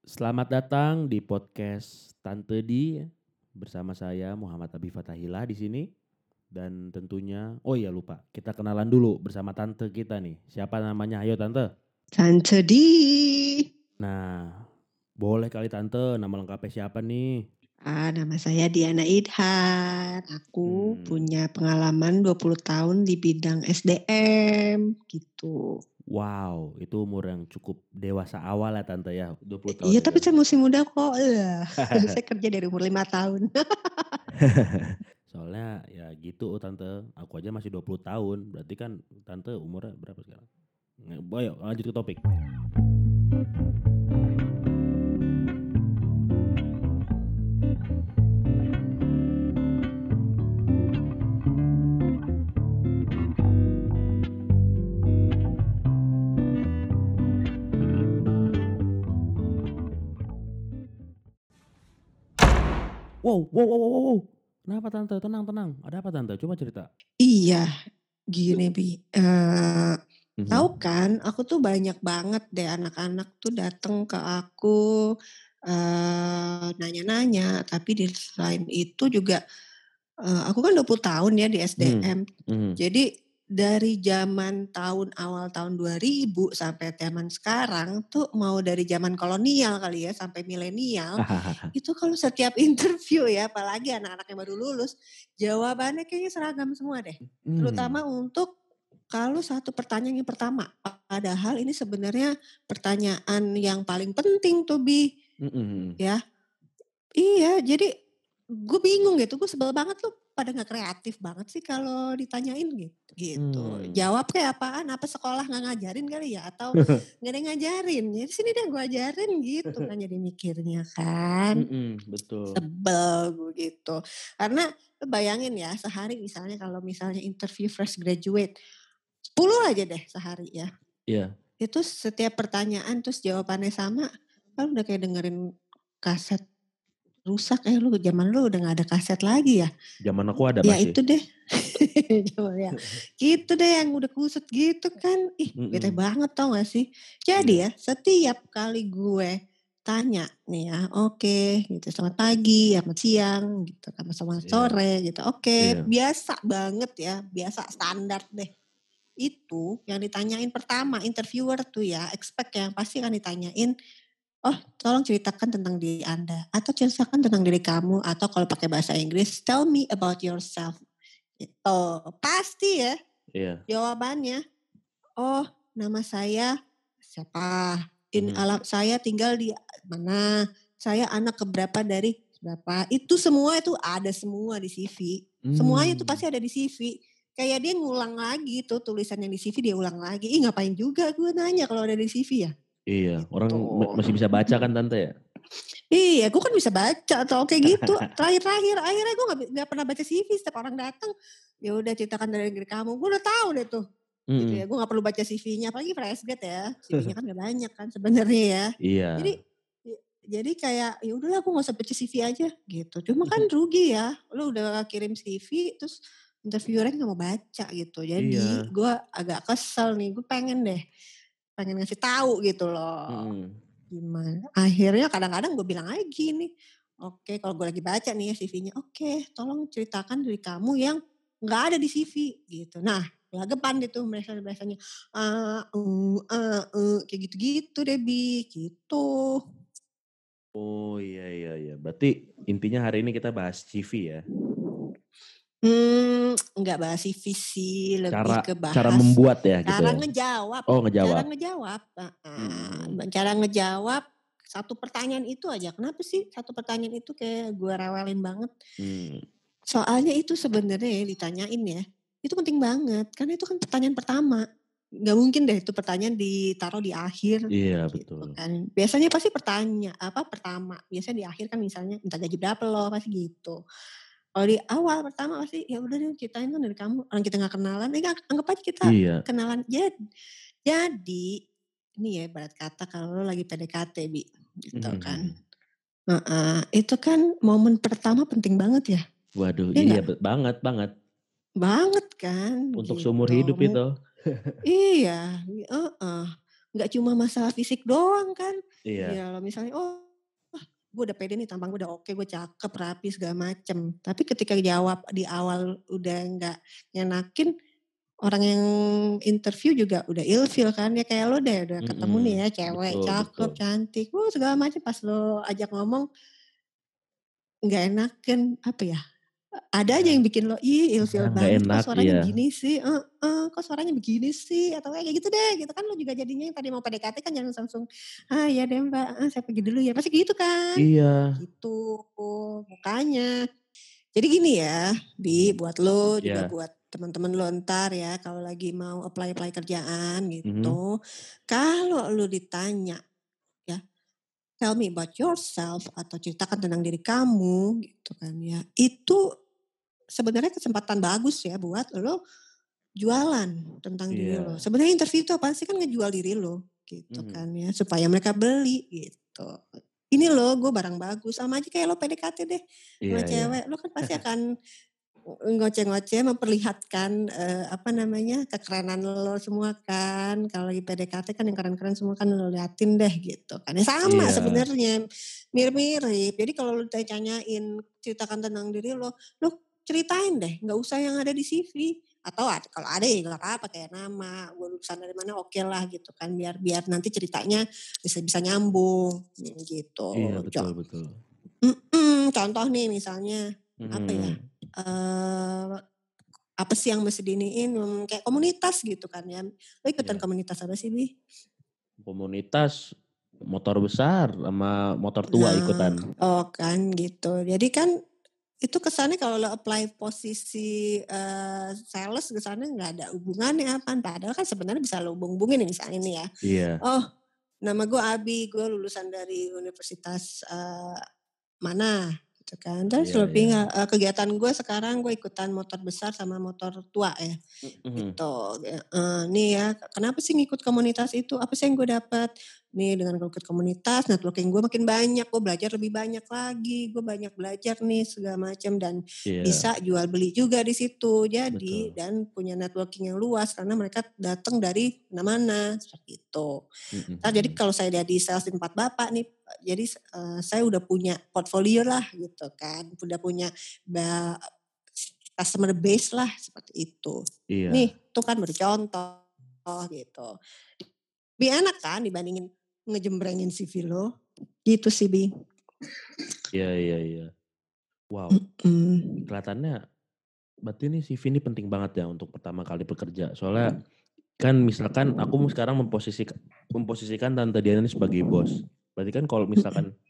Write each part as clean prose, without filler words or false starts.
Selamat datang di podcast Tante Di bersama saya Muhammad Abi Fatahillah di sini dan tentunya lupa kita kenalan dulu bersama tante kita nih. Siapa namanya? Ayo tante. Tante Di. Nah, boleh kali tante nama lengkapnya siapa nih? Nama saya Diana Idhar. Aku Hmm, punya pengalaman 20 tahun di bidang SDM gitu. wow, itu umur yang cukup dewasa awal ya tante ya, 20 tahun Iya, itu. tapi saya masih muda kok. Saya kerja dari umur 5 tahun. Soalnya ya gitu tante, aku aja masih 20 tahun, berarti kan tante umurnya berapa sekarang? Ayo lanjut ke topik. Wow. Kenapa tante? Tenang. Ada apa tante? Coba cerita. Iya, gini Bi. Tahu Mhm. kan, aku tuh banyak banget deh anak-anak tuh datang ke aku nanya-nanya. Tapi di selain itu juga aku kan 20 tahun ya di Mhm. SDM. Mhm. Jadi dari zaman awal tahun 2000 sampai zaman sekarang tuh mau dari zaman kolonial kali ya sampai milenial, itu kalau setiap interview ya apalagi anak-anak yang baru lulus, jawabannya kayaknya seragam semua deh. Mmm. Terutama untuk kalau satu pertanyaan yang pertama, padahal ini sebenarnya pertanyaan yang paling penting tuh Bi, Mhm mhm. ya. Iya, jadi gue bingung gitu, gue sebel banget lu pada nggak kreatif banget sih kalau ditanyain gitu. Mmm. Jawab kayak apaan, apa sekolah nggak ngajarin kali ya atau nggak ada yang ngajarin, jadi sini deh gue ajarin gitu kan jadi mikirnya kan. Mhm, betul. Sebel gue gitu. Karena lu bayangin ya sehari misalnya kalau misalnya interview fresh graduate, 10 aja deh sehari ya. Iya. Itu setiap pertanyaan terus jawabannya sama, kan udah kayak dengerin kaset rusak lu zaman lu udah nggak ada kaset lagi ya? Zaman aku ada Ya masih. itu deh. Coba ya. Gitu deh yang udah kusut gitu kan. Ih bete Mhm. banget tau gak sih? Jadi Iya. ya setiap kali gue tanya nih ya, oke gitu selamat pagi, selamat siang gitu, selamat Iya. sore gitu, oke Iya. biasa banget ya, biasa standar deh. Itu yang ditanyain pertama interviewer tuh ya, expect yang pasti akan ditanyain, "Oh, tolong ceritakan tentang diri Anda," atau ceritakan tentang diri kamu, atau kalau pakai bahasa Inggris, "Tell me about yourself." Gitu. Pasti ya Iya. jawabannya, "Oh, nama saya siapa, Mhm. saya tinggal di mana, saya anak keberapa dari berapa." Itu semua itu ada semua di CV. Semuanya itu Mmm. pasti ada di CV. Kayak dia ngulang lagi tuh tulisan yang di CV dia ulang lagi. Ih ngapain juga gue nanya kalau ada di CV ya? Iya, orang Gitu. masih bisa baca kan tante ya? Iya, gue kan bisa baca atau kayak gitu. Terakhir akhirnya gue nggak pernah baca CV setiap orang datang. Ya udah ceritakan dari diri kamu. Gue udah tahu deh tuh. Gitu ya. Mhm. Gue nggak perlu baca CV-nya, apalagi fresh grad ya. CV-nya kan gak banyak kan sebenarnya ya. Jadi Iya. jadi kayak ya udahlah gue nggak usah baca CV aja gitu. Cuma kan rugi ya. Lu udah kirim CV terus interviewernya nggak mau baca gitu. Jadi Iya. gue agak kesel nih. Gue pengen ngasih tahu gitu loh. Mhm. Gimana, akhirnya kadang-kadang gue bilang aja gini, oke kalau gue lagi baca nih ya CV-nya, "Oke tolong ceritakan diri kamu yang nggak ada di CV," gitu. Nah gelagapan deh tuh biasanya, kayak gitu-gitu deh Bi, gitu. Oh, iya. Berarti intinya hari ini kita bahas CV ya? Nggak bahas CV sih, lebih Cara ke cara bahas membuat ya gitu cara ya? ngejawab Oh cara ngejawab? ngejawab, Mhm. cara ngejawab satu pertanyaan itu aja. Kenapa sih satu pertanyaan itu kayak gue rewelin banget? Mmm. Soalnya itu sebenarnya ya ditanyain ya, itu penting banget karena itu kan pertanyaan pertama. Nggak mungkin deh itu pertanyaan ditaruh di akhir Iya gitu betul. kan. Biasanya pasti pertama, biasanya di akhir kan misalnya minta gaji berapa loh, pasti gitu. Kalau di awal pertama pasti ya udah deh ceritain dong dari kamu, orang kita nggak kenalan, anggap aja kita Iya. kenalan. Jadi ini ya ibarat kata kalau lo lagi PDKT Bi, gitu Mhm kan. mhm. Heeh, itu kan momen pertama penting banget ya, Waduh ya iya nggak? banget. Banget kan Untuk seumur gitu. hidup itu. Iya, heeh. nggak cuma masalah fisik doang kan. Iya. Ya misalnya, oh gue udah pede nih, tampang gue udah oke, gue cakep, rapi segala macem. Tapi ketika jawab di awal udah nggak nyenakin, orang yang interview juga udah ilfeel kan, ya kayak lo deh udah ketemu nih ya cewek Betul, cakep, betul. cantik, segala macam pas lo ajak ngomong nggak enakan, apa ya, ada aja Ya, yang bikin lo, ih ya ilfeel nggak banget, kok enak, suaranya iya. begini sih, kok suaranya begini sih, atau kayak gitu deh, gitu kan lo juga jadinya yang tadi mau PDKT kan jangan langsung, ya deh Mbak, saya pergi dulu ya, pasti gitu kan, Iya. gitu mukanya. Jadi gini ya, buat lo juga Iya. buat teman-teman lo entar ya, kalau lagi mau apply kerjaan Mhm. gitu, kalau lo ditanya ya, "Tell me about yourself," atau ceritakan tentang diri kamu gitu kan ya, itu sebenarnya kesempatan bagus ya buat lo jualan tentang diri lo. Iya. Sebenarnya interview itu apaan sih, kan ngejual diri lo gitu Mhm. kan ya, supaya mereka beli gitu. Ini loh gue barang bagus, sama aja kayak lo PDKT deh sama Iya, iya. cewek, lo kan pasti akan ngoceh-ngoceh memperlihatkan, apa namanya, kekerenan lo semua kan. Kalau lagi PDKT kan yang keren-keren semua kan lo liatin deh gitu kan. Ya sama Iya. sebenarnya, mirip-mirip. Jadi kalau lo ditanyain ceritakan tentang diri lo ceritain deh, nggak usah yang ada di CV. Atau kalau ada ya nggak apa-apa kayak nama, gue lulusan dari mana oke lah gitu kan. Biar biar nanti ceritanya bisa bisa nyambung Iya, gitu. betul, betul. Contoh nih misalnya, Mhm, apa ya, mhm. eee, apa sih yang mesti diiniin, kayak komunitas gitu kan ya. Lo ikutan Iya. komunitas apa sih, Bi? Komunitas motor besar sama motor tua Nah, ikutan. kan gitu. Jadi kan itu kesannya kalau lo apply posisi, sales kesannya nggak ada hubungannya apaan, padahal kan sebenarnya bisa lo hubung-hubungin nih misalnya nih ya, Iya. "Oh, nama gue Abi, gue lulusan dari universitas, mana," gitu kan. Terus Iya, lebih iya. kegiatan gue sekarang gue ikutan motor besar sama motor tua ya, Mhm. gitu, "Nih ya, kenapa sih ngikut komunitas itu? Apa sih yang gue dapat? Nih dengan gue ikut komunitas, networking gue makin banyak, gue belajar lebih banyak lagi, gue banyak belajar nih segala macam dan Iya, bisa jual beli juga di situ. Jadi betul. dan punya networking yang luas karena mereka datang dari mana-mana," seperti itu. Mhm, Jadi mhm. kalau saya jadi sales di tempat Bapak nih, jadi, saya udah punya portfolio lah gitu kan, udah punya ba customer base lah seperti itu. Iya. Nih, itu kan bercontoh gitu. Lebih enak kan dibandingin ngejembrengin CV lo, gitu sih Bi. Iya, iya, iya. Wow, Mhm. kelihatannya berarti ini CV ini penting banget ya untuk pertama kali bekerja. Soalnya kan misalkan aku sekarang memposisikan Tante Diana ini sebagai bos. Berarti kan kalau Mhm. misalkan,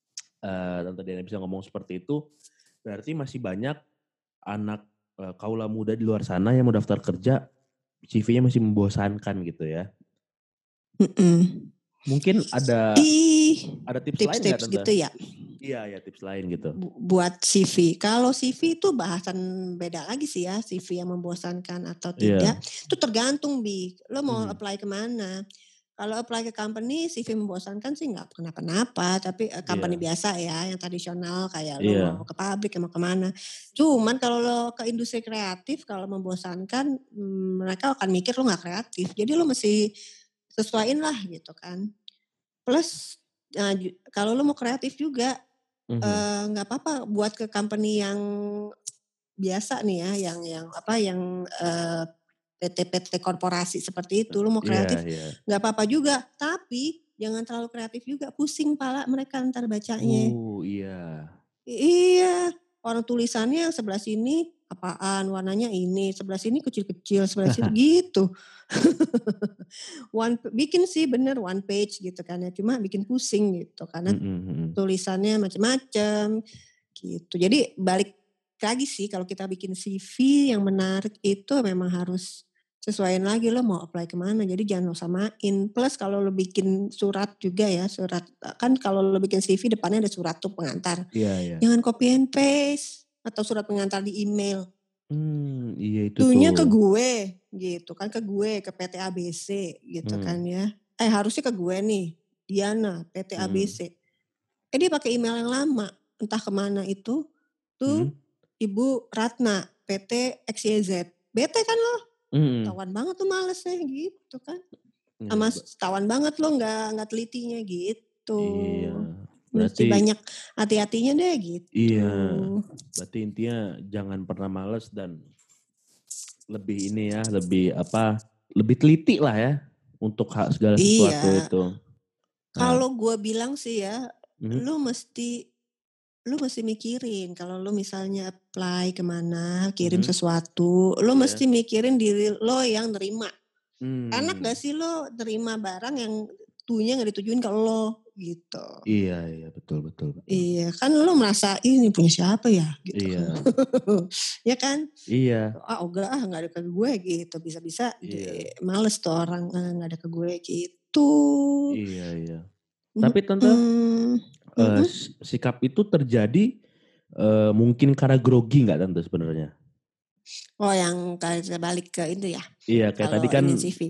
Tante Diana bisa ngomong seperti itu, berarti masih banyak anak, kaula muda di luar sana yang mau daftar kerja, CV-nya masih membosankan gitu ya. Mhm. Mungkin Ih, ada tips lain nggak tips-tips Tante? gitu ya? Iya, ya tips lain gitu. Buat CV. Kalau CV itu bahasan beda lagi sih ya, CV yang membosankan atau tidak, Iya. itu tergantung lo mau Mhm. apply ke mana. Kalau apply ke company, CV membosankan sih nggak kenapa-napa, tapi, company Iya. biasa ya, yang tradisional kayak lo mau Iya. ke pabrik, mau ke mana. Cuman kalau lo ke industri kreatif, kalau membosankan, mereka akan mikir lo nggak kreatif. Jadi lo mesti sesuaiin lah gitu kan. Plus, kalau lo mau kreatif juga, Mhm. nggak apa-apa buat ke company yang biasa nih ya, yang apa, yang, PT-PT korporasi seperti itu, lu mau Iya, kreatif iya. nggak apa-apa juga, tapi jangan terlalu kreatif juga, pusing pala mereka entar bacanya. Iya. Iya, orang tulisannya yang sebelah sini apaan, warnanya ini, sebelah sini kecil-kecil, sebelah sini gitu. Bikin sih bener one page gitu kan ya, cuma bikin pusing gitu karena Mhm, mhm. tulisannya macem-macem gitu. Jadi balik lagi sih kalau kita bikin CV yang menarik itu memang harus sesuaiin lagi lo mau apply kemana. Jadi jangan lo samain. Plus kalau lo bikin surat juga ya, surat kan kalau lo bikin CV depannya ada surat tuh pengantar. Iya, iya. Jangan copy and paste atau surat pengantar di email. Iya itu tuh. Tuhnya ke gue gitu kan, ke gue, ke PT ABC gitu kan Mmm. ya. Harusnya ke gue nih, Diana, PT Mhm. ABC. Dia pakai email yang lama, entah kemana itu, Mhm. tuh Ibu Ratna, PT XYZ. Bete kan lo, Mhm. ketahuan banget tuh malesnya gitu kan. sama Ya, ketahuan banget lo nggak telitinya gitu. iya. Mesti Berarti banyak hati-hatinya deh gitu. iya. Berarti intinya jangan pernah males dan lebih ini ya, lebih teliti lah ya untuk segala sesuatu Iya, itu. Nah, kalau gue bilang sih ya, mhm, lu mesti lu mesti mikirin kalau lu misalnya apply kemana, kirim mhm, sesuatu, lu iya. mesti mikirin diri lo yang nerima. Enak Hmm, gak sih lo terima barang yang tuhnya nggak ditujuin ke lo gitu. iya iya betul betul betul. Iya, kan lo merasa ini punya siapa ya gitu. Iya Ya kan? iya Ogah nggak ada ke gue gitu. Bisa-bisa iya males tuh orang nggak ada ke gue gitu. iya iya. Tapi tante Mhm, mhm. sikap itu terjadi mungkin karena grogi nggak tante sebenarnya? Oh yang kita balik ke itu ya, Iya kayak tadi kalau kan ini CV.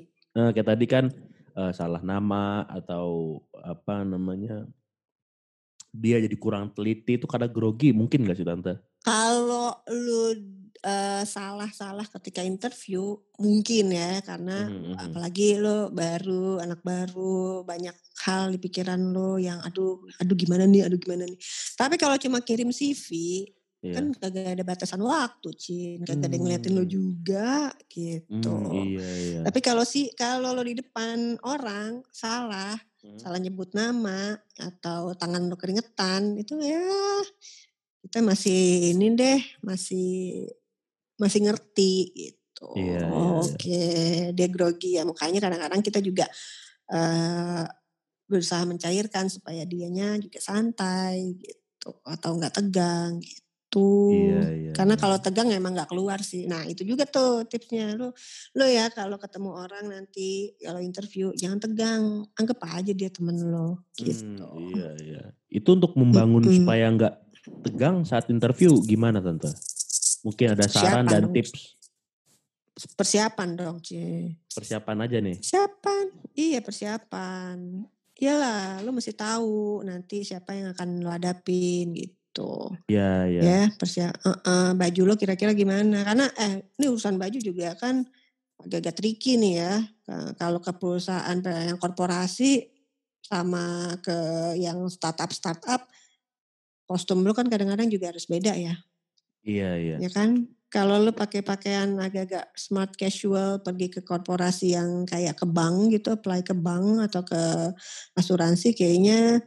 salah nama atau apa namanya dia jadi kurang teliti itu karena grogi mungkin nggak sih tante? Kalau lu, salah-salah ketika interview, mungkin ya, karena Mhm mhm. apalagi lu baru, anak baru, banyak hal di pikiran lu yang, "Aduh aduh gimana nih aduh gimana nih." Tapi kalau cuma kirim CV, kan Iya. kagak ada batasan waktu, Cin, kagak ada yang ngeliatin lu Hmm, juga, gitu. iya iya. Tapi kalau lu di depan orang salah, Mhm. salah nyebut nama, atau tangan lu keringetan, itu ya kita masih ini deh, masih masih ngerti gitu. Iya iya iya. Oke, dia grogi ya, makanya kadang-kadang kita juga, eee, berusaha mencairkan supaya dianya juga santai gitu, atau nggak tegang gitu. Iya iya Karena iya. kalau tegang emang nggak keluar sih. Nah itu juga tuh tipsnya, lu ya kalau ketemu orang nanti kalau interview jangan tegang, anggap aja dia temen lo gitu. Iya iya. Itu untuk membangun Mhm, supaya nggak tegang saat interview gimana tante? Mungkin ada saran persiapan dan dong, tips persiapan dong, persiapan aja nih. Persiapan, iya persiapan. Iyalah, lu mesti tahu nanti siapa yang akan lo hadapin gitu. Iya iya. Ya, baju lo kira-kira gimana? Karena ini urusan baju juga kan agak-agak tricky nih ya. Kalau ke perusahaan yang korporasi sama ke yang startup, kostum lu kan kadang-kadang juga harus beda ya. Iya iya. Ya kan? Kalau lu pakai pakaian agak-agak smart casual pergi ke korporasi yang kayak ke bank gitu, apply ke bank atau ke asuransi kayaknya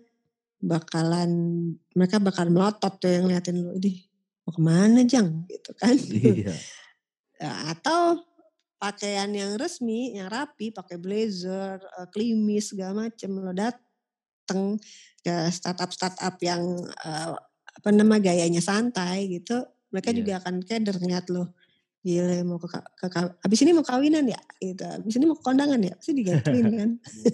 mereka bakal melotot tuh yang ngeliatin lu, "Idih mau kemana Jang?" Gitu kan. Iya. Atau pakaian yang resmi, yang rapi, pakai blazer, klimis segala macem, lo dateng ke startup-startup yang, gayanya santai gitu, mereka Iya. juga akan keder ngeliat lo. Gile mau "Abis ini mau kawinan ya?" Gitu, "Abis ini mau ke kondangan ya?" Pasti digituin kan.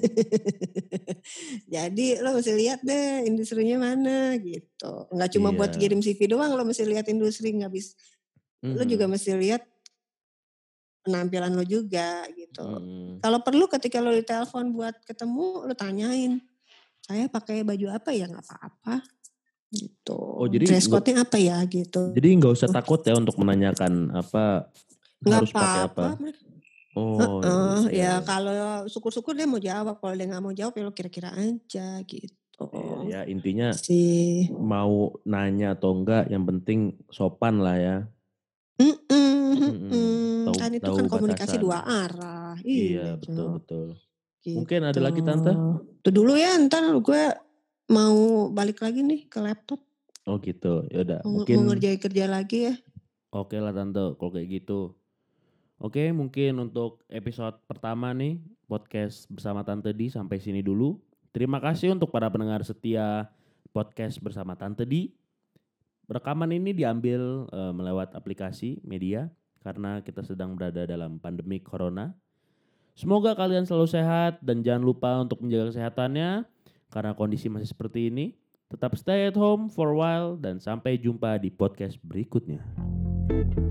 Jadi lo mesti lihat deh industrinya mana gitu. Nggak cuma buat Iya. kirim CV doang lo mesti lihat industri, lo juga Mhm. mesti lihat penampilan lo juga gitu. Mhm. Kalau perlu ketika lo ditelepon buat ketemu, lo tanyain, "Saya pakai baju apa ya?" "Nggak apa-apa," gitu. Oh jadi "Dress code-nya apa ya?" Gitu. nggak usah takut ya untuk menanyakan apa Nggak harus pakai apa-apa, apa? Oh iya ya iya. kalau syukur-syukur dia mau jawab, kalau dia nggak mau jawab ya lo kira-kira aja gitu. Iya ya intinya Sih. mau nanya atau enggak yang penting sopan lah ya. Mhm, Mhm. Tahu kan itu tahu kan komunikasi batasan. dua arah, Iya iya betul Cok, betul. Mungkin ada gitu. lagi tante? Itu dulu ya entar gue mau balik lagi nih ke laptop, Oh gitu. Ya udah mau mungkin ngerjain kerja lagi ya. oke lah tante kalau kayak gitu. Oke mungkin untuk episode pertama nih podcast bersama Tante Di sampai sini dulu. Terima kasih untuk para pendengar setia podcast bersama Tante Di. Rekaman ini diambil melewat aplikasi media karena kita sedang berada dalam pandemi corona. Semoga kalian selalu sehat dan jangan lupa untuk menjaga kesehatannya karena kondisi masih seperti ini. Tetap stay at home for a while dan sampai jumpa di podcast berikutnya.